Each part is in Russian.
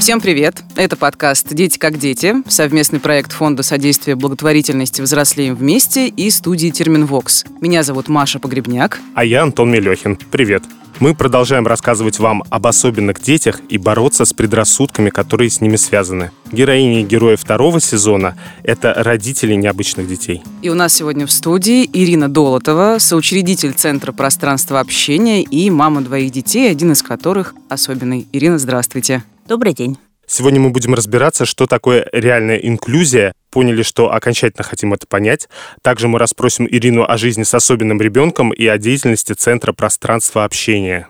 Всем привет! Это подкаст «Дети как дети», совместный проект Фонда содействия благотворительности «Взрослеем вместе» и студии «Терминвокс». Меня зовут Маша Погребняк. А я Антон Мелехин. Привет! Мы продолжаем рассказывать вам об особенных детях и бороться с предрассудками, которые с ними связаны. Героини и герои второго сезона – это родители необычных детей. И у нас сегодня в студии Ирина Долотова, соучредитель Центра пространства общения и мама двоих детей, один из которых особенный. Ирина, здравствуйте. Добрый день. Сегодня мы будем разбираться, что такое реальная инклюзия. Поняли, что окончательно хотим это понять. Также мы расспросим Ирину о жизни с особенным ребенком и о деятельности Центра пространства общения.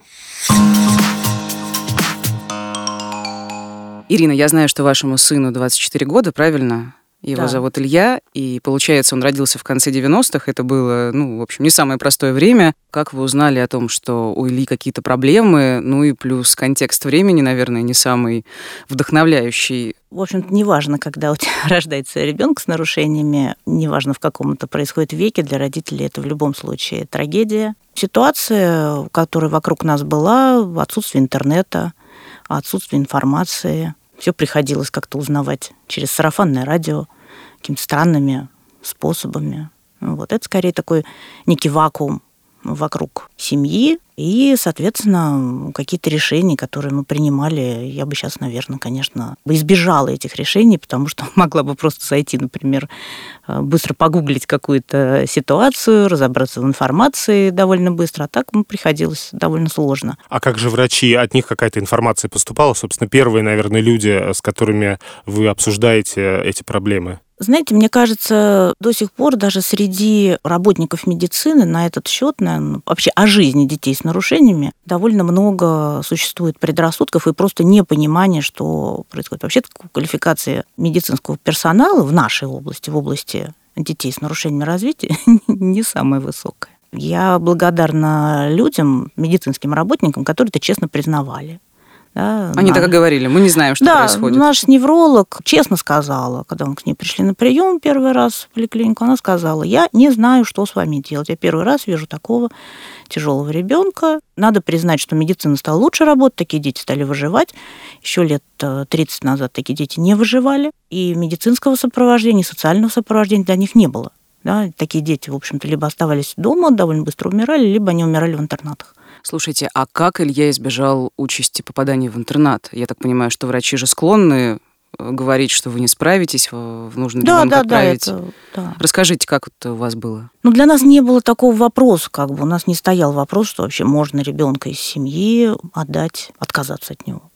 Ирина, я знаю, что вашему сыну 24 года, правильно? Его зовут Илья, и, получается, он родился в конце 90-х. Это было, в общем, не самое простое время. Как вы узнали о том, что у Ильи какие-то проблемы? Ну и плюс контекст времени, наверное, не самый вдохновляющий. В общем-то, неважно, когда у тебя рождается ребенок с нарушениями, неважно, в каком это происходит веке, для родителей это в любом случае трагедия. Ситуация, которая вокруг нас была, отсутствие интернета, отсутствие информации. Все приходилось как-то узнавать через сарафанное радио, какими-то странными способами. Вот. Это скорее такой некий вакуум вокруг семьи. И, соответственно, какие-то решения, которые мы принимали, я бы сейчас, наверное, конечно, избежала этих решений, потому что могла бы просто зайти, например, быстро погуглить какую-то ситуацию, разобраться в информации довольно быстро, а так приходилось довольно сложно. А как же врачи? От них какая-то информация поступала? Собственно, первые, наверное, люди, с которыми вы обсуждаете эти проблемы. Знаете, мне кажется, до сих пор даже среди работников медицины на этот счет, наверное, вообще о жизни детей с нарушениями довольно много существует предрассудков и просто непонимания, что происходит. Вообще квалификация медицинского персонала в нашей области, в области детей с нарушениями развития, не самая высокая. Я благодарна людям, медицинским работникам, которые это честно признавали. Да, Они так и говорили, мы не знаем, что происходит. Да, наш невролог честно сказала, когда мы к ней пришли на прием первый раз в поликлинику, она сказала: я не знаю, что с вами делать. Я первый раз вижу такого тяжелого ребенка. Надо признать, что медицина стала лучше работать, такие дети стали выживать. Еще лет 30 назад такие дети не выживали. И медицинского сопровождения, и социального сопровождения для них не было. Да, такие дети, в общем-то, либо оставались дома, довольно быстро умирали, либо они умирали в интернатах. Слушайте, а как Илья избежал участи попадания в интернат? Я так понимаю, что врачи же склонны говорить, что вы не справитесь, нужно ребенка отправить. Да. Расскажите, как это у вас было? Для нас не было такого вопроса, у нас не стоял вопрос, что вообще можно ребенка из семьи отдать, отказаться от него.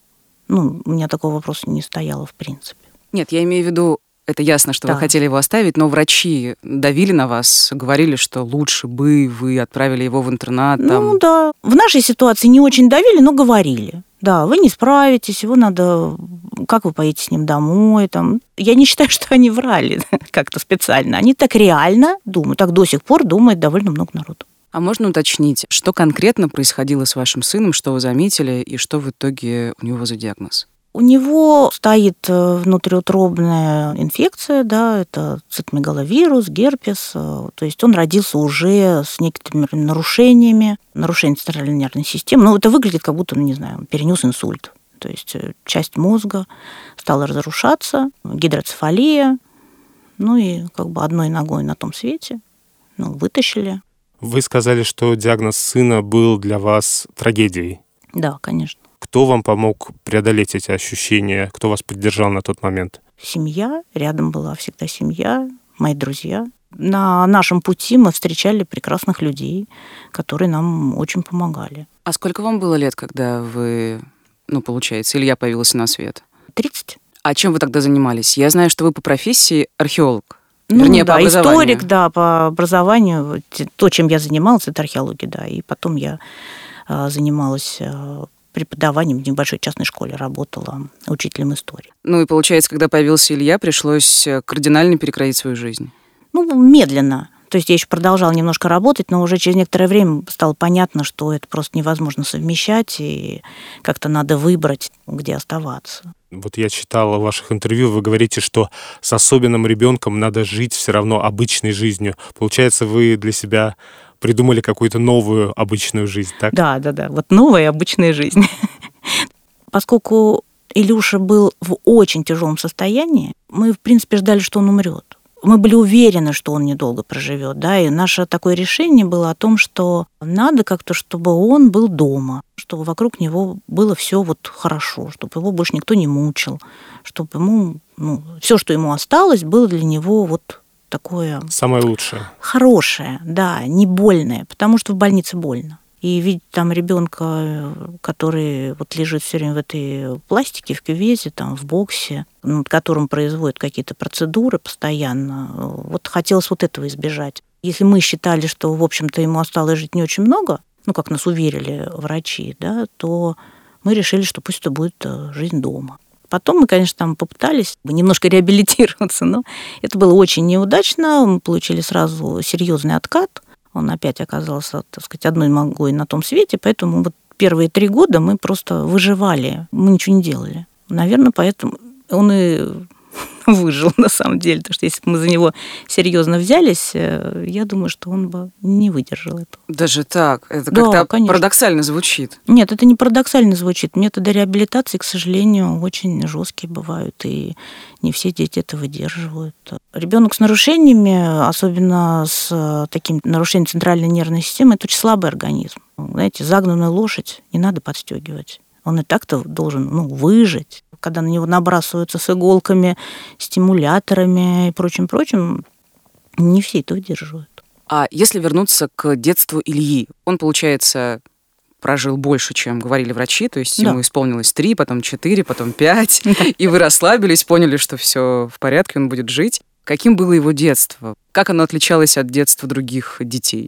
У меня такого вопроса не стояло в принципе. Нет, я имею в виду, это ясно, что вы хотели его оставить, но врачи давили на вас, говорили, что лучше бы вы отправили его в интернат. Да. В нашей ситуации не очень давили, но говорили. Да, вы не справитесь, его надо... Как вы поедете с ним домой? Я не считаю, что они врали как-то специально. Они так реально думают, так до сих пор думает довольно много народу. А можно уточнить, что конкретно происходило с вашим сыном, что вы заметили, и что в итоге у него за диагноз? У него стоит внутриутробная инфекция, да, это цитомегаловирус, герпес, то есть он родился уже с некоторыми нарушениями, нарушением центральной нервной системы. Это выглядит, как будто, он перенес инсульт. То есть часть мозга стала разрушаться, гидроцефалия, и одной ногой на том свете, вытащили. Вы сказали, что диагноз сына был для вас трагедией. Да, конечно. Кто вам помог преодолеть эти ощущения? Кто вас поддержал на тот момент? Семья. Рядом была всегда семья, мои друзья. На нашем пути мы встречали прекрасных людей, которые нам очень помогали. А сколько вам было лет, когда вы, получается, Илья появился на свет? 30. А чем вы тогда занимались? Я знаю, что вы по профессии археолог. Вернее, по образованию. Историк, да, по образованию. То, чем я занималась, это археология, да. И потом я занималась преподаванием в небольшой частной школе, работала учителем истории. И получается, когда появился Илья, пришлось кардинально перекроить свою жизнь? Медленно. То есть я еще продолжала немножко работать, но уже через некоторое время стало понятно, что это просто невозможно совмещать, и как-то надо выбрать, где оставаться. Вот я читала в ваших интервью, вы говорите, что с особенным ребенком надо жить все равно обычной жизнью. Получается, вы для себя придумали какую-то новую обычную жизнь, так? Да. Вот новая обычная жизнь. Поскольку Илюша был в очень тяжелом состоянии, мы, в принципе, ждали, что он умрет. Мы были уверены, что он недолго проживет, да, и наше такое решение было о том, что надо как-то, чтобы он был дома, чтобы вокруг него было все вот хорошо, чтобы его больше никто не мучил, чтобы ему, все, что ему осталось, было для него вот такое... Самое лучшее. Хорошее, да, не больное, потому что в больнице больно. И видеть там ребенка, который вот лежит все время в этой пластике, в кювезе, там, в боксе, над которым производят какие-то процедуры постоянно, вот хотелось вот этого избежать. Если мы считали, что, в общем-то, ему осталось жить не очень много, как нас уверили врачи, да, то мы решили, что пусть это будет жизнь дома. Потом мы, конечно, там попытались немножко реабилитироваться, но это было очень неудачно. Мы получили сразу серьезный откат. Он опять оказался, так сказать, одной ногой на том свете, поэтому вот первые 3 года мы просто выживали, мы ничего не делали. Наверное, поэтому он и выжил на самом деле, потому что если бы мы за него серьезно взялись, я думаю, что он бы не выдержал этого. Даже так? Это как-то парадоксально звучит. Нет, это не парадоксально звучит. Методы реабилитации, к сожалению, очень жесткие бывают, и не все дети это выдерживают. Ребенок с нарушениями, особенно с таким нарушением центральной нервной системы, это очень слабый организм. Знаете, загнанную лошадь не надо подстегивать. Он и так-то должен выжить. Когда на него набрасываются с иголками, стимуляторами и прочим, не все это выдерживают. А если вернуться к детству Ильи, он, получается, прожил больше, чем говорили врачи, то есть ему исполнилось 3, потом 4, потом 5, и вы расслабились, поняли, что все в порядке, он будет жить. Каким было его детство? Как оно отличалось от детства других детей?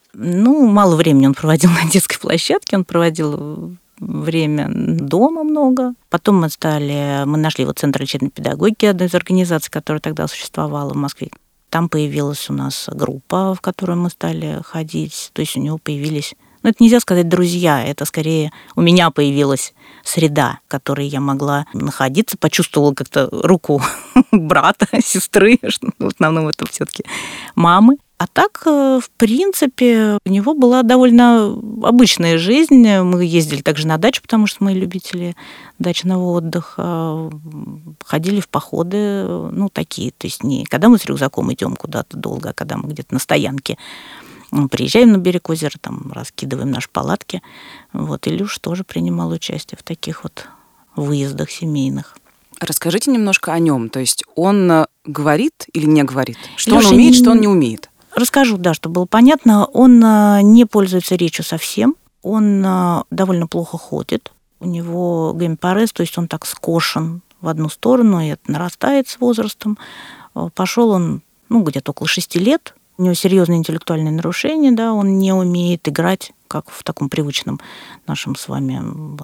Мало времени он проводил на детской площадке, он проводил время дома много. Потом мы нашли Центр лечебной педагогики, одной из организаций, которая тогда существовала в Москве. Там появилась у нас группа, в которую мы стали ходить. То есть у него появились, это нельзя сказать друзья, это скорее у меня появилась среда, в которой я могла находиться, почувствовала как-то руку брата, сестры, в основном это все-таки мамы. А так, в принципе, у него была довольно обычная жизнь. Мы ездили также на дачу, потому что мы любители дачного отдыха. Ходили в походы, такие. То есть не когда мы с рюкзаком идем куда-то долго, а когда мы где-то на стоянке приезжаем на берег озера, там раскидываем наши палатки. Илюш тоже принимал участие в таких выездах семейных. Расскажите немножко о нем. То есть он говорит или не говорит? Что он умеет, что он не умеет? Расскажу, чтобы было понятно. Он не пользуется речью совсем. Он довольно плохо ходит. У него гемипарез, то есть он так скошен в одну сторону, и это нарастает с возрастом. Пошел он, где-то около 6 лет. У него серьезные интеллектуальные нарушения, он не умеет играть, как в таком привычном нашем с вами.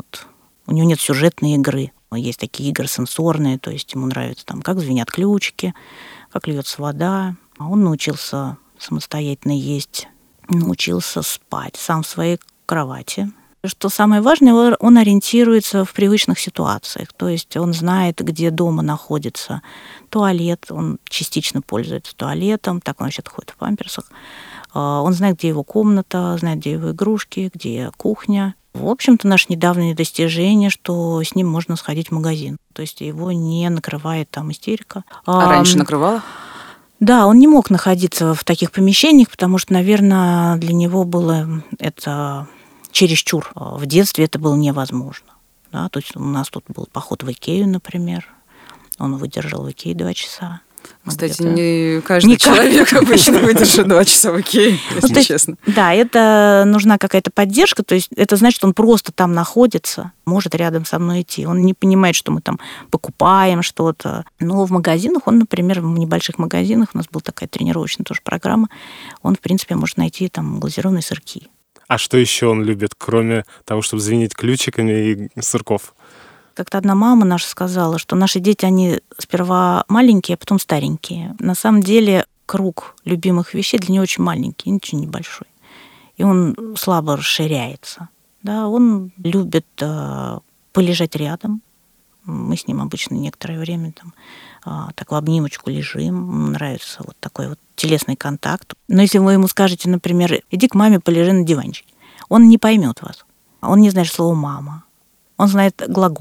У него нет сюжетной игры. Есть такие игры сенсорные, то есть ему нравится, как звенят ключики, как льется вода. Он научился самостоятельно есть, научился спать сам в своей кровати. Что самое важное, он ориентируется в привычных ситуациях. То есть он знает, где дома находится туалет, он частично пользуется туалетом, так он вообще ходит в памперсах. Он знает, где его комната, знает, где его игрушки, где кухня. В общем-то, наше недавнее достижение, что с ним можно сходить в магазин. То есть его не накрывает истерика. А раньше накрывала? Да, он не мог находиться в таких помещениях, потому что, наверное, для него было это чересчур. В детстве это было невозможно. То есть у нас тут был поход в Икею, например. Он выдержал в Икее 2 часа. Кстати, не каждый человек обычно выдержит 2 часа в Икее, если честно. Да, это нужна какая-то поддержка, то есть это значит, что он просто там находится, может рядом со мной идти. Он не понимает, что мы там покупаем что-то. Но в магазинах он, например, в небольших магазинах, у нас была такая тренировочная тоже программа, он, в принципе, может найти там глазированные сырки. А что еще он любит, кроме того, чтобы звенеть ключиками и сырков? Как-то одна мама наша сказала, что наши дети, они сперва маленькие, а потом старенькие. На самом деле круг любимых вещей для него очень маленький, ничего небольшой. И он слабо расширяется. Он любит полежать рядом. Мы с ним обычно некоторое время так в обнимочку лежим. Ему нравится такой телесный контакт. Но если вы ему скажете, например, иди к маме, полежи на диванчике, он не поймет вас. Он не знает слово «мама». Он знает глаголы.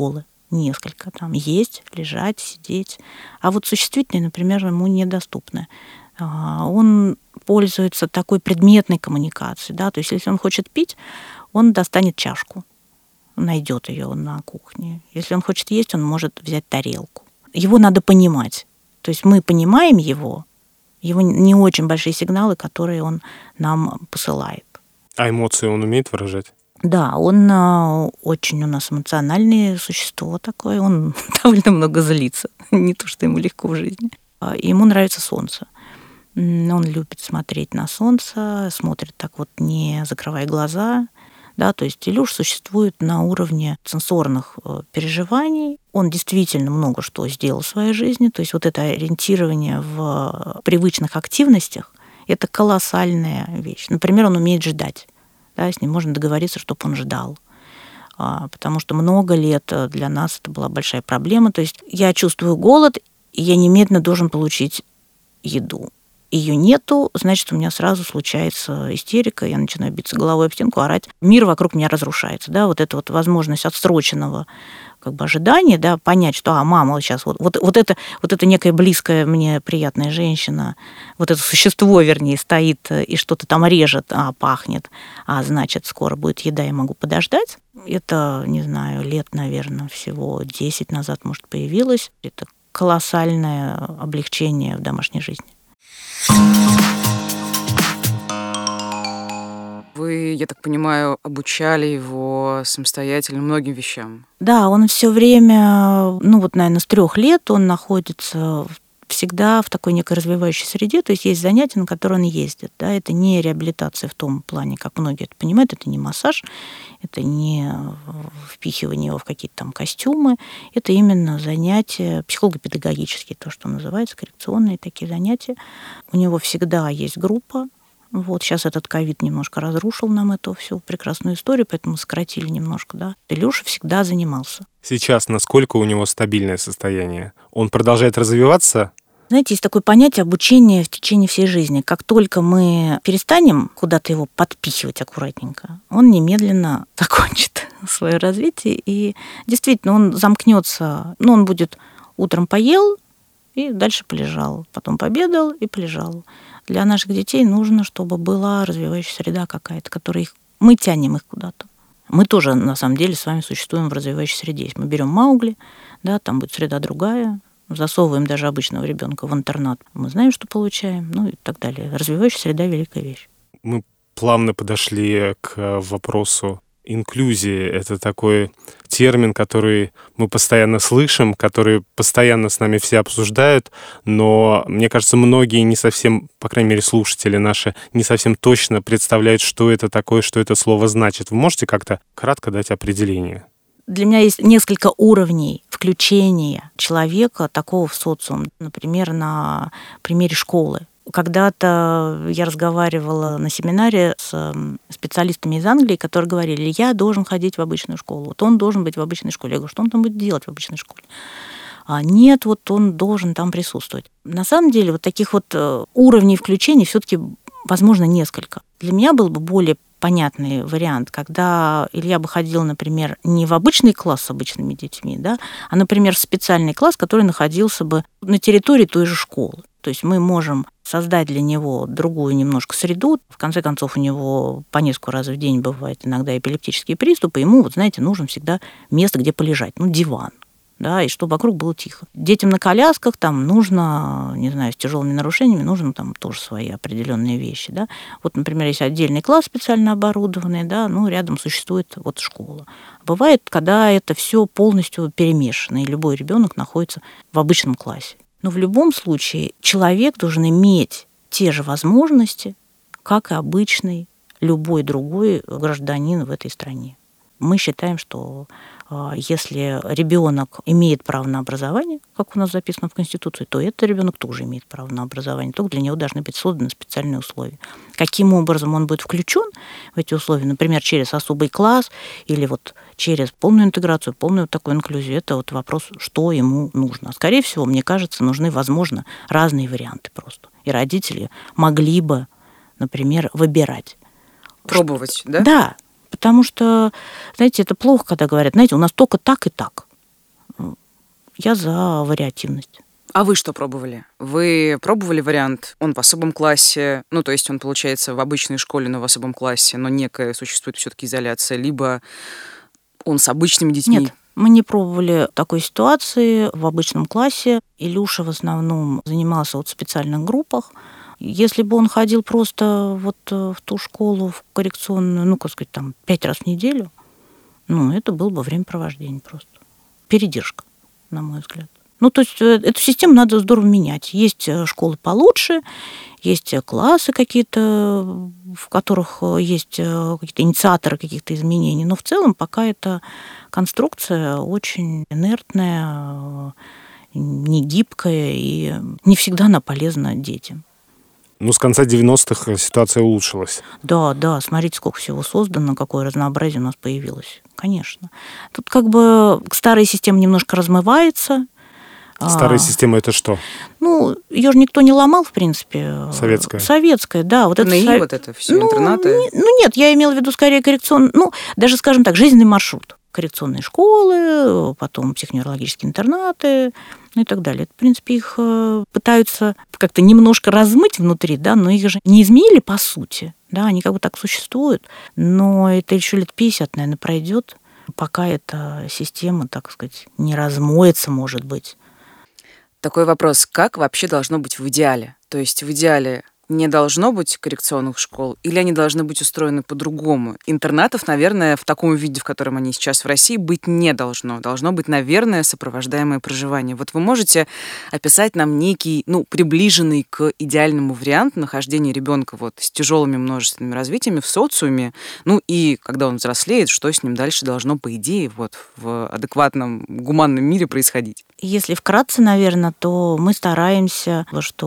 несколько. Там есть, лежать, сидеть. А вот существительные, например, ему недоступны. Он пользуется такой предметной коммуникацией. Да? То есть если он хочет пить, он достанет чашку, найдет ее на кухне. Если он хочет есть, он может взять тарелку. Его надо понимать. То есть мы понимаем его не очень большие сигналы, которые он нам посылает. А эмоции он умеет выражать? Да, он очень у нас эмоциональное существо такое, он довольно много злится, не то, что ему легко в жизни. Ему нравится солнце. Он любит смотреть на солнце, смотрит так вот, не закрывая глаза. Да, то есть Илюш существует на уровне сенсорных переживаний. Он действительно много что сделал в своей жизни. То есть вот это ориентирование в привычных активностях – это колоссальная вещь. Например, он умеет ждать. Да, с ним можно договориться, чтобы он ждал. Потому что много лет для нас это была большая проблема. То есть я чувствую голод, и я немедленно должен получить еду. Ее нету, значит, у меня сразу случается истерика, я начинаю биться головой об стенку, орать. Мир вокруг меня разрушается. Да? Вот эта вот возможность отсроченного ожидания, да, понять, что мама сейчас, вот это некая близкая мне приятная женщина, вот это существо, вернее, стоит и что-то там режет, пахнет, значит, скоро будет еда, я могу подождать. Это, не знаю, лет, наверное, всего 10 назад, может, появилось. Это колоссальное облегчение в домашней жизни. Вы, я так понимаю, обучали его самостоятельно многим вещам? Да, он все время, наверное, с 3 лет он находится всегда в такой некой развивающей среде, то есть есть занятия, на которые он ездит. Да? Это не реабилитация в том плане, как многие это понимают, это не массаж, это не впихивание его в какие-то там костюмы, это именно занятия психолого-педагогические, то, что называется, коррекционные такие занятия. У него всегда есть группа. Вот сейчас этот ковид немножко разрушил нам эту всю прекрасную историю, поэтому сократили немножко, да. Илюша всегда занимался. Сейчас насколько у него стабильное состояние? Он продолжает развиваться? Знаете, есть такое понятие обучения в течение всей жизни. Как только мы перестанем куда-то его подпихивать аккуратненько, он немедленно закончит свое развитие. И действительно, он замкнется, он будет утром поел и дальше полежал, потом пообедал и полежал. Для наших детей нужно, чтобы была развивающая среда какая-то, мы тянем их куда-то. Мы тоже, на самом деле, с вами существуем в развивающей среде. Если мы берем Маугли, да, там будет среда другая, засовываем даже обычного ребенка в интернат, мы знаем, что получаем, и так далее. Развивающая среда – великая вещь. Мы плавно подошли к вопросу инклюзии. Это такой термин, который мы постоянно слышим, который постоянно с нами все обсуждают, но, мне кажется, многие не совсем, по крайней мере, слушатели наши, не совсем точно представляют, что это такое, что это слово значит. Вы можете как-то кратко дать определение? Для меня есть несколько уровней включения человека такого в социум. Например, на примере школы. Когда-то я разговаривала на семинаре с специалистами из Англии, которые говорили, я должен ходить в обычную школу, вот он должен быть в обычной школе. Я говорю, что он там будет делать в обычной школе? Нет, вот он должен там присутствовать. На самом деле вот таких вот уровней включения все-таки возможно несколько. Для меня был бы более понятный вариант, когда Илья бы ходил, например, не в обычный класс с обычными детьми, да, а, например, в специальный класс, который находился бы на территории той же школы. То есть мы можем создать для него другую немножко среду. В конце концов, у него по несколько раз в день бывает иногда эпилептические приступы. Ему, нужно всегда место, где полежать, диван. Да, и чтобы вокруг было тихо. Детям на колясках там нужно, с тяжелыми нарушениями, нужно там тоже свои определенные вещи. Да. Вот, например, есть отдельный класс специально оборудованный, да, рядом существует школа. Бывает, когда это все полностью перемешано, и любой ребенок находится в обычном классе. Но в любом случае человек должен иметь те же возможности, как и обычный любой другой гражданин в этой стране. Мы считаем, что если ребенок имеет право на образование, как у нас записано в Конституции, то этот ребенок тоже имеет право на образование, только для него должны быть созданы специальные условия. Каким образом он будет включен в эти условия, например, через особый класс или через полную интеграцию, полную такую инклюзию, это вопрос, что ему нужно. Скорее всего, мне кажется, нужны, возможно, разные варианты просто. И родители могли бы, например, выбирать. Пробовать, да? Да. Потому что, это плохо, когда говорят, у нас только так и так. Я за вариативность. А вы что пробовали? Вы пробовали вариант, он в особом классе, ну, то есть он, получается, в обычной школе, но в особом классе, но некая существует все-таки изоляция, либо он с обычными детьми? Нет, мы не пробовали такой ситуации в обычном классе. Илюша в основном занимался в специальных группах. Если бы он ходил просто в ту школу, в коррекционную, 5 раз в неделю, это было бы времяпровождение просто. Передержка, на мой взгляд. То есть эту систему надо здорово менять. Есть школы получше, есть классы какие-то, в которых есть какие-то инициаторы каких-то изменений. Но в целом пока эта конструкция очень инертная, негибкая, и не всегда она полезна детям. С конца 90-х ситуация улучшилась. Да, смотрите, сколько всего создано, какое разнообразие у нас появилось. Конечно. Тут старая система немножко размывается. Старая система — это что? Ее же никто не ломал, в принципе. Советская, да. Это все интернаты? Нет, я имела в виду скорее коррекционный, даже, скажем так, жизненный маршрут. Коррекционные школы, потом психоневрологические интернаты, и так далее. В принципе, их пытаются как-то немножко размыть внутри, да, но их же не изменили по сути. Да, они так существуют, но это еще лет 50, наверное, пройдет, пока эта система, так сказать, не размоется, может быть. Такой вопрос, как вообще должно быть в идеале? То есть в идеале не должно быть коррекционных школ, или они должны быть устроены по-другому? Интернатов, наверное, в таком виде, в котором они сейчас в России, быть не должно. Должно быть, наверное, сопровождаемое проживание. Вот вы можете описать нам некий, приближенный к идеальному варианту нахождения ребенка с тяжелыми множественными развитиями в социуме, и когда он взрослеет, что с ним дальше должно, по идее, в адекватном, гуманном мире происходить? Если вкратце, наверное, то мы стараемся,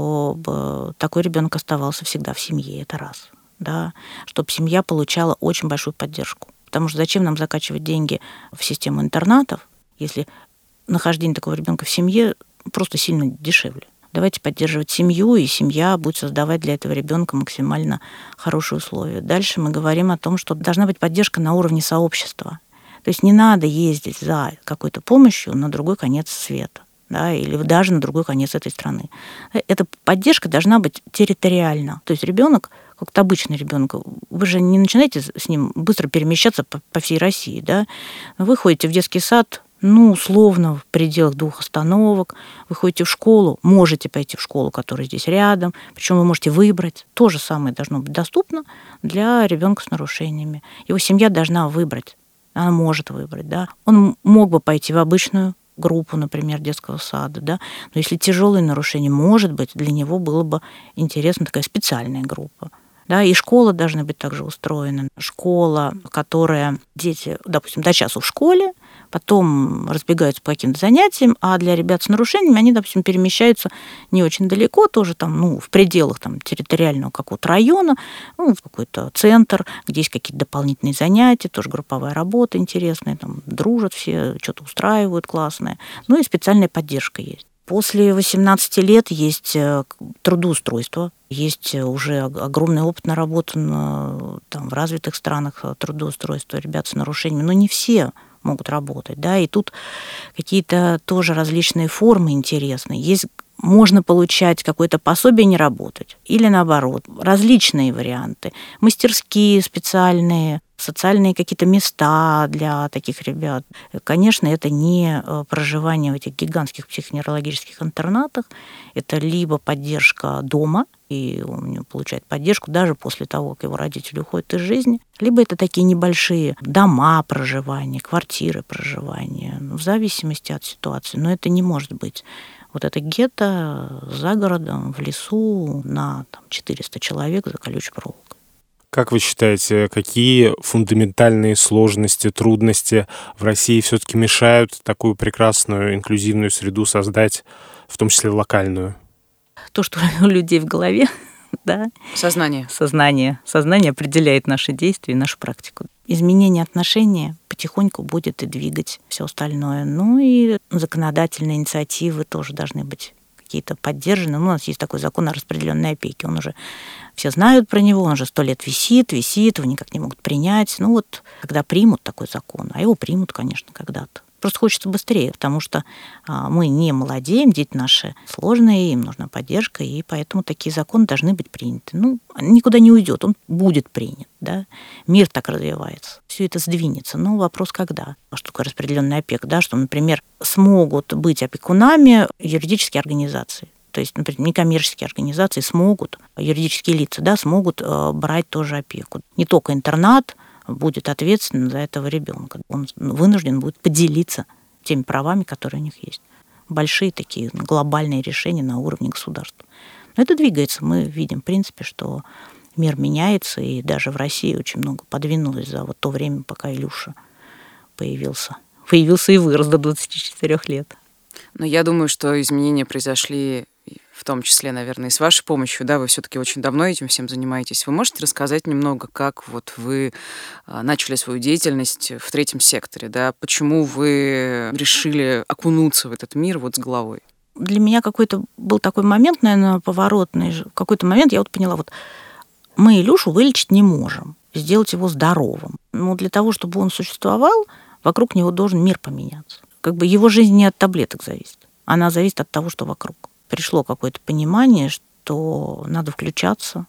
чтобы такой ребенок оставался всегда в семье, это раз. Да? Чтобы семья получала очень большую поддержку. Потому что зачем нам закачивать деньги в систему интернатов, если нахождение такого ребенка в семье просто сильно дешевле? Давайте поддерживать семью, и семья будет создавать для этого ребенка максимально хорошие условия. Дальше мы говорим о том, что должна быть поддержка на уровне сообщества. То есть не надо ездить за какой-то помощью на другой конец света, да, или даже на другой конец этой страны. Эта поддержка должна быть территориальна. То есть ребенок, как обычный ребенок, вы же не начинаете с ним быстро перемещаться по всей России, да? Вы ходите в детский сад, условно, в пределах 2 остановок. Вы ходите в школу, можете пойти в школу, которая здесь рядом, причем вы можете выбрать. То же самое должно быть доступно для ребенка с нарушениями. Его семья должна выбрать. Она может выбрать, да. Он мог бы пойти в обычную группу, например, детского сада, да. Но если тяжелые нарушения, может быть, для него было бы интересна такая специальная группа. Да, и школы должны быть также устроены. Школа, которая дети, допустим, до часу в школе, потом разбегаются по каким-то занятиям, а для ребят с нарушениями они, допустим, перемещаются не очень далеко, тоже в пределах территориального какого-то района, в какой-то центр, где есть какие-то дополнительные занятия, тоже групповая работа интересная, дружат все, что-то устраивают классное. И специальная поддержка есть. После 18 лет есть трудоустройство, есть уже огромный опыт наработан в развитых странах трудоустройства ребят с нарушениями, но не все могут работать, да, и тут какие-то тоже различные формы интересные. Можно получать какое-то пособие, не работать, или наоборот, различные варианты, мастерские специальные, социальные какие-то места для таких ребят. Конечно, это не проживание в этих гигантских психоневрологических интернатах, это либо поддержка дома, и он получает поддержку даже после того, как его родители уходят из жизни, либо это такие небольшие дома проживания, квартиры проживания, в зависимости от ситуации. Но это не может быть это гетто за городом, в лесу, на 400 человек за колючей проволокой. Как вы считаете, какие фундаментальные сложности, трудности в России все-таки мешают такую прекрасную инклюзивную среду создать, в том числе локальную? То, что у людей в голове, да. Сознание. Сознание определяет наши действия и нашу практику. Изменение отношения потихоньку будет и двигать все остальное. И законодательные инициативы тоже должны быть какие-то поддержаны. У нас есть такой закон о распределенной опеке. Он уже все знают про него, он уже 100 лет висит, его никак не могут принять. Когда примут такой закон, а его примут, конечно, когда-то. просто хочется быстрее, потому что мы не молодеем, дети наши сложные, им нужна поддержка, и поэтому такие законы должны быть приняты. Никуда не уйдет, он будет принят. Да? Мир так развивается, все это сдвинется. Но вопрос когда? Что такое распределенная опека? Да? Что, например, смогут быть опекунами юридические организации. То есть, например, некоммерческие организации смогут, юридические лица, да, смогут брать тоже опеку. Не только интернат будет ответственен за этого ребенка. Он вынужден будет поделиться теми правами, которые у них есть. Большие такие глобальные решения на уровне государства. Но это двигается. Мы видим, в принципе, что мир меняется, и даже в России очень много подвинулось за то время, пока Илюша появился. Появился и вырос до 24 лет. Но я думаю, что изменения произошли в том числе, наверное, и с вашей помощью, да, вы все-таки очень давно этим всем занимаетесь. Вы можете рассказать немного, как вы начали свою деятельность в третьем секторе, да, почему вы решили окунуться в этот мир с головой? Для меня какой-то был такой момент, наверное, поворотный. В какой-то момент я поняла, мы Илюшу вылечить не можем, сделать его здоровым. Но для того, чтобы он существовал, вокруг него должен мир поменяться. Его жизнь не от таблеток зависит, она зависит от того, что вокруг. Пришло какое-то понимание, что надо включаться.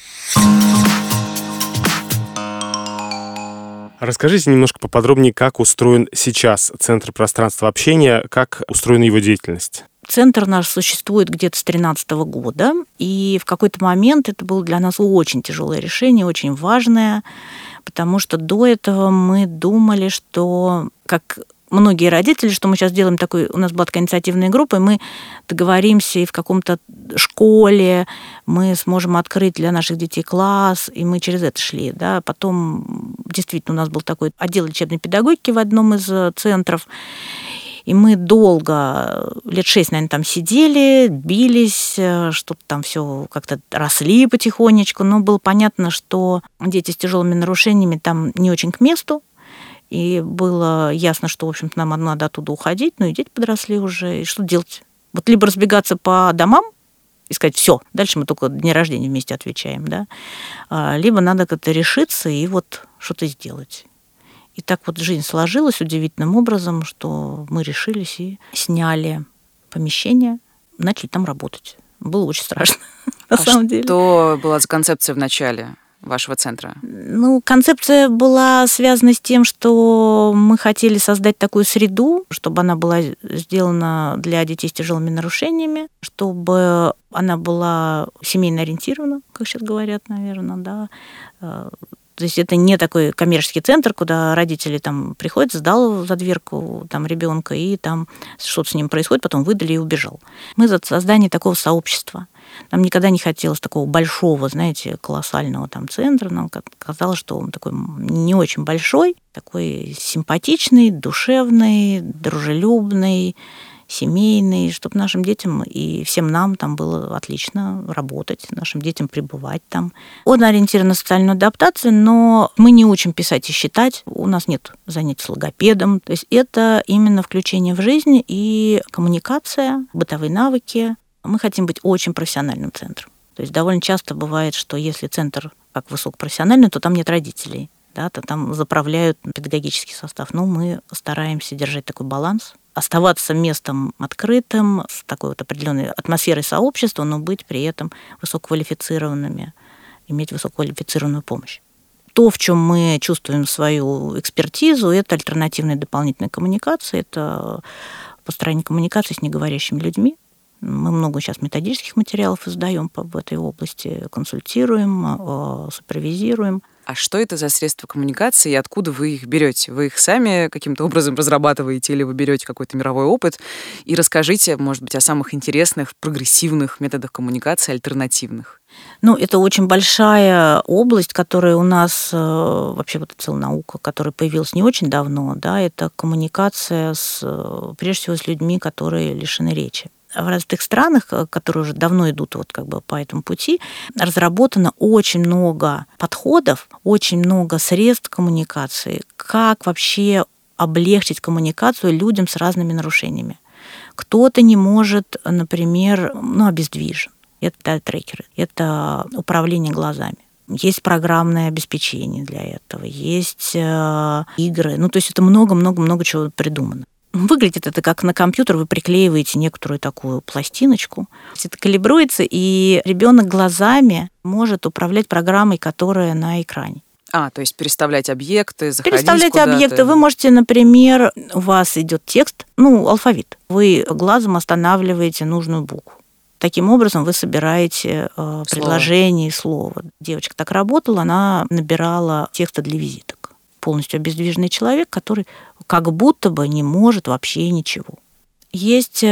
Расскажите немножко поподробнее, как устроен сейчас Центр пространства общения, как устроена его деятельность. Центр наш существует где-то с 2013 года, и в какой-то момент это было для нас очень тяжелое решение, очень важное, потому что до этого мы думали, что как многие родители, что мы сейчас делаем у нас была такая инициативная группа, и мы договоримся и в каком-то школе мы сможем открыть для наших детей класс, и мы через это шли. Да. Потом действительно у нас был такой отдел лечебной педагогики в одном из центров, и мы долго, лет 6, наверное, там сидели, бились, что-то там все как-то росли потихонечку, но было понятно, что дети с тяжелыми нарушениями там не очень к месту. И было ясно, что, в общем-то, нам надо оттуда уходить, и дети подросли уже, и что делать? Либо разбегаться по домам и сказать, все, дальше мы только дни рождения вместе отвечаем, да? Либо надо как-то решиться и что-то сделать. И так жизнь сложилась удивительным образом, что мы решились и сняли помещение, начали там работать. Было очень страшно, на самом деле. Что была за концепция в начале вашего центра? Концепция была связана с тем, что мы хотели создать такую среду, чтобы она была сделана для детей с тяжелыми нарушениями, чтобы она была семейно ориентирована, как сейчас говорят, наверное, да. То есть это не такой коммерческий центр, куда родители там приходят, сдал за дверку ребенка, и там что-то с ним происходит, потом выдали и убежал. Мы за создание такого сообщества. Нам никогда не хотелось такого большого, колоссального центра. Нам казалось, что он такой не очень большой, такой симпатичный, душевный, дружелюбный, семейный, чтобы нашим детям и всем нам там было отлично работать, нашим детям пребывать там. Он ориентирован на социальную адаптацию, но мы не учим писать и считать, у нас нет занятий с логопедом. То есть это именно включение в жизнь и коммуникация, бытовые навыки. Мы хотим быть очень профессиональным центром. То есть довольно часто бывает, что если центр как высокопрофессиональный, то там нет родителей, да, то там заправляют педагогический состав. Но мы стараемся держать такой баланс, оставаться местом открытым, с такой определенной атмосферой сообщества, но быть при этом высококвалифицированными, иметь высококвалифицированную помощь. То, в чем мы чувствуем свою экспертизу, это альтернативная дополнительная коммуникация, это построение коммуникации с неговорящими людьми. Мы много сейчас методических материалов издаем в этой области, консультируем, супервизируем. А что это за средства коммуникации и откуда вы их берете? Вы их сами каким-то образом разрабатываете или вы берете какой-то мировой опыт? И расскажите, может быть, о самых интересных, прогрессивных методах коммуникации, альтернативных. Это очень большая область, которая у нас, вообще целая наука, которая появилась не очень давно, да, это коммуникация прежде всего с людьми, которые лишены речи. В разных странах, которые уже давно идут по этому пути, разработано очень много подходов, очень много средств коммуникации, как вообще облегчить коммуникацию людям с разными нарушениями. Кто-то не может, например, обездвижен. Это трекеры, это управление глазами. Есть программное обеспечение для этого, есть игры. То есть это много-много-много чего придумано. Выглядит это как на компьютер вы приклеиваете некоторую такую пластиночку. Это калибруется, и ребенок глазами может управлять программой, которая на экране. То есть переставлять объекты, заходить Переставлять куда-то. объекты. Вы можете, например, у вас идет текст, алфавит. Вы глазом останавливаете нужную букву. Таким образом вы собираете предложение и слово. Девочка так работала, она набирала тексты для визиток. Полностью обездвиженный человек, который как будто бы не может вообще ничего. Есть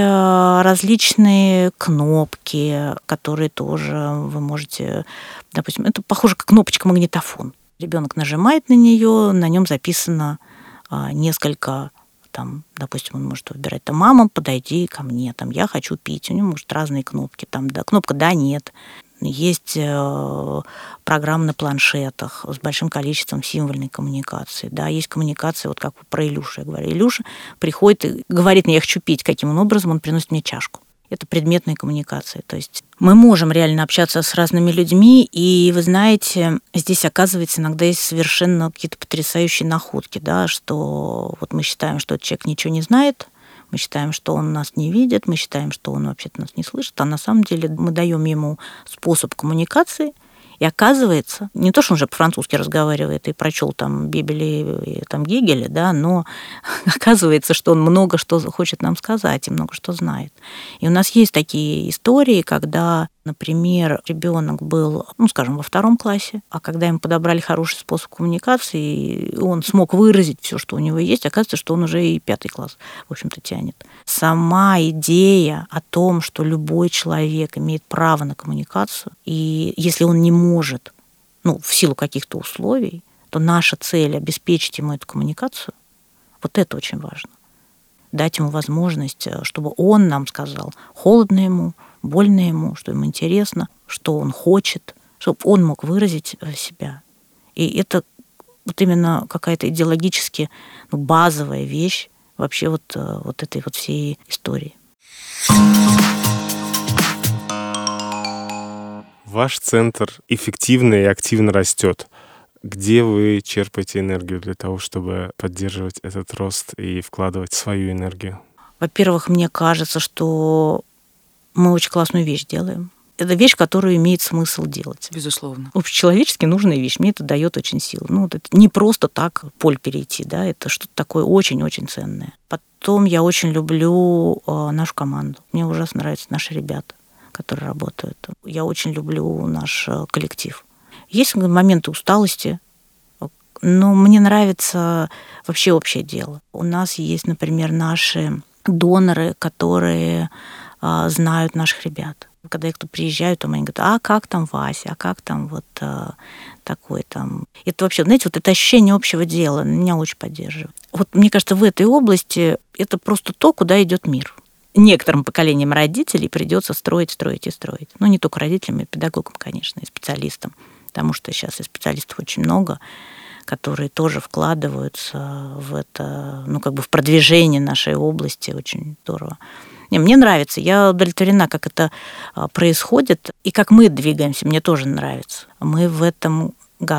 различные кнопки, которые тоже вы можете... Допустим, это похоже как кнопочка магнитофон. Ребенок нажимает на нее, на нем записано несколько... допустим, он может выбирать, мама, подойди ко мне, я хочу пить. У него, может, разные кнопки. Кнопка «да», «нет». Есть программы на планшетах с большим количеством символьной коммуникации. Да, есть коммуникация, как про Илюшу я говорю. Илюша приходит и говорит мне, я хочу пить. Каким образом он приносит мне чашку. Это предметная коммуникация. То есть мы можем реально общаться с разными людьми, и вы знаете, здесь, оказывается, иногда есть совершенно какие-то потрясающие находки, да, что мы считаем, что этот человек ничего не знает, мы считаем, что он нас не видит, мы считаем, что он вообще-то нас не слышит, а на самом деле мы даем ему способ коммуникации, и оказывается, не то, что он уже по-французски разговаривает и прочел Бибель и Гегеля, да, но оказывается, что он много что хочет нам сказать и много что знает. И у нас есть такие истории, когда, например, ребенок был, скажем, во 2 классе, а когда ему подобрали хороший способ коммуникации, он смог выразить все, что у него есть, оказывается, что он уже и 5 класс, в общем-то, тянет. Сама идея о том, что любой человек имеет право на коммуникацию, и если он не может, в силу каких-то условий, то наша цель — обеспечить ему эту коммуникацию. Вот это очень важно. Дать ему возможность, чтобы он нам сказал, холодно ему, больно ему, что ему интересно, что он хочет, чтобы он мог выразить себя. И это именно какая-то идеологически базовая вещь вообще этой всей истории. Ваш центр эффективно и активно растет. Где вы черпаете энергию для того, чтобы поддерживать этот рост и вкладывать свою энергию? Во-первых, мне кажется, что мы очень классную вещь делаем. Это вещь, которую имеет смысл делать. Безусловно. Общечеловечески нужная вещь. Мне это дает очень силу. Это не просто так поле перейти, да, это что-то такое очень-очень ценное. Потом я очень люблю нашу команду. Мне ужасно нравятся наши ребята, которые работают. Я очень люблю наш коллектив. Есть моменты усталости, но мне нравится вообще общее дело. У нас есть, например, наши доноры, которые знают наших ребят. Когда их тут приезжают, они говорят, а как там Вася, а как там такой там. Это вообще, знаете, это ощущение общего дела меня очень поддерживает. Мне кажется, в этой области это просто то, куда идет мир. Некоторым поколениям родителей придется строить. Но не только родителям, и педагогам, конечно, и специалистам. Потому что сейчас и специалистов очень много, которые тоже вкладываются в это, в продвижение нашей области. Очень здорово. Мне нравится, я удовлетворена, как это происходит, и как мы двигаемся, мне тоже нравится. Мы в этом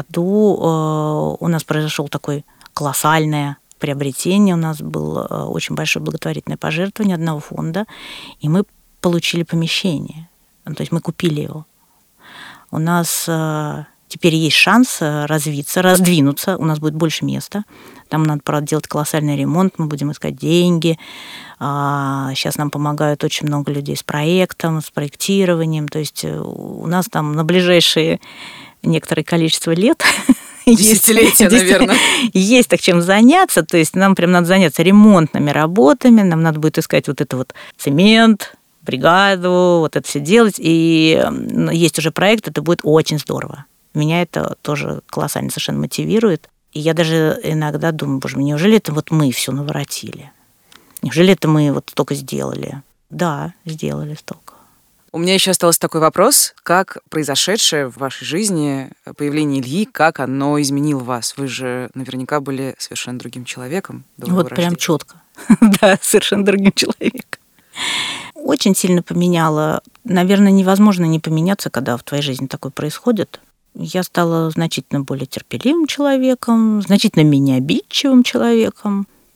году, у нас произошло такое колоссальное приобретение, у нас было очень большое благотворительное пожертвование одного фонда, и мы получили помещение, то есть мы купили его. У нас теперь есть шанс развиться, раздвинуться, у нас будет больше места. Там надо, правда, делать колоссальный ремонт, мы будем искать деньги. Сейчас нам помогают очень много людей с проектом, с проектированием. То есть у нас там на ближайшие некоторое количество лет... Десятилетия, наверное. Есть так чем заняться. То есть нам прям надо заняться ремонтными работами, нам надо будет искать цемент, бригаду, это все делать. И есть уже проект, это будет очень здорово. Меня это тоже колоссально совершенно мотивирует. И я даже иногда думаю, боже мой, неужели это мы все наворотили? Неужели это мы столько сделали? Да, сделали столько. У меня еще остался такой вопрос. Как произошедшее в вашей жизни появление Ильи, как оно изменило вас? Вы же наверняка были совершенно другим человеком до его рождения. Прям четко. Да, совершенно другим человеком. Очень сильно поменяло. Наверное, невозможно не поменяться, когда в твоей жизни такое происходит. Я стала значительно более терпеливым человеком, значительно менее обидчивым человеком,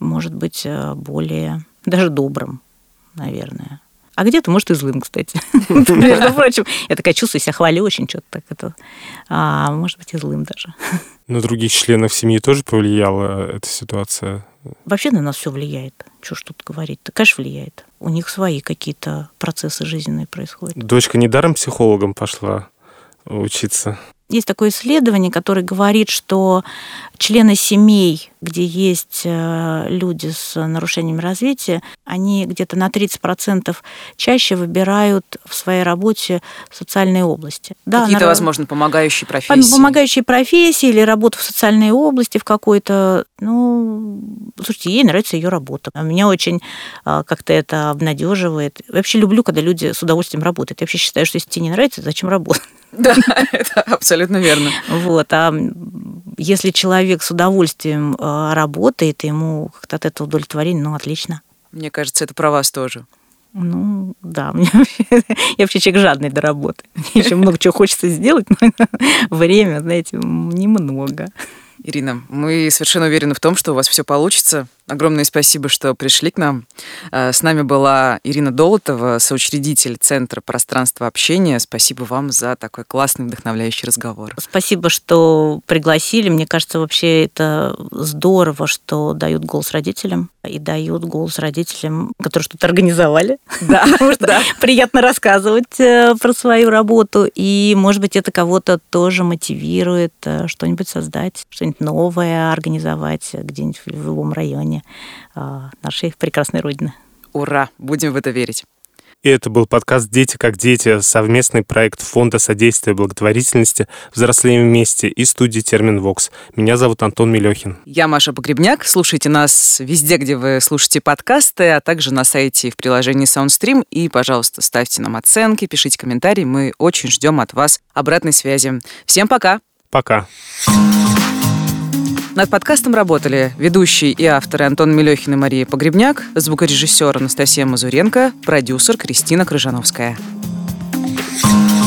может быть, более даже добрым, наверное. А где-то, может, и злым, кстати. Между прочим, я такая чувствую себя, хвалю очень что-то так это. А может быть, и злым даже. На других членов семьи тоже повлияла эта ситуация? Вообще на нас все влияет. Что ж тут говорить-то? Конечно, влияет. У них свои какие-то процессы жизненные происходят. Дочка недаром психологом пошла учиться? Есть такое исследование, которое говорит, что члены семей, где есть люди с нарушением развития, они где-то на 30% чаще выбирают в своей работе социальные области. Какие-то, возможно, помогающие профессии. Помогающие профессии или работу в социальной области в какой-то... Слушайте, ей нравится ее работа. Меня очень как-то это обнадеживает. Вообще люблю, когда люди с удовольствием работают. Я вообще считаю, что если тебе не нравится, зачем работать? Да, это абсолютно верно. А если человек с удовольствием работает, ему как-то от этого удовлетворение, отлично. Мне кажется, это про вас тоже. Да, я вообще человек жадный до работы. Мне еще много чего хочется сделать, но время, знаете, немного. Ирина, мы совершенно уверены в том, что у вас все получится. Огромное спасибо, что пришли к нам. С нами была Ирина Долотова, соучредитель Центра пространства общения. Спасибо вам за такой классный, вдохновляющий разговор. Спасибо, что пригласили. Мне кажется, вообще это здорово, что дают голос родителям и дают голос родителям, которые что-то организовали. Да, да. Приятно рассказывать про свою работу. И, может быть, это кого-то тоже мотивирует что-нибудь создать, что-нибудь новое организовать где-нибудь в любом районе нашей прекрасной Родины. Ура! Будем в это верить. И это был подкаст «Дети как дети», совместный проект Фонда содействия благотворительности «Взрослеем вместе» и студии «Терминвокс». Меня зовут Антон Мелехин. Я Маша Погребняк. Слушайте нас везде, где вы слушаете подкасты, а также на сайте и в приложении SoundStream. И, пожалуйста, ставьте нам оценки, пишите комментарии. Мы очень ждем от вас обратной связи. Всем пока! Пока! Над подкастом работали ведущие и авторы Антон Мелехин и Мария Погребняк, звукорежиссер Анастасия Мазуренко, продюсер Кристина Крыжановская.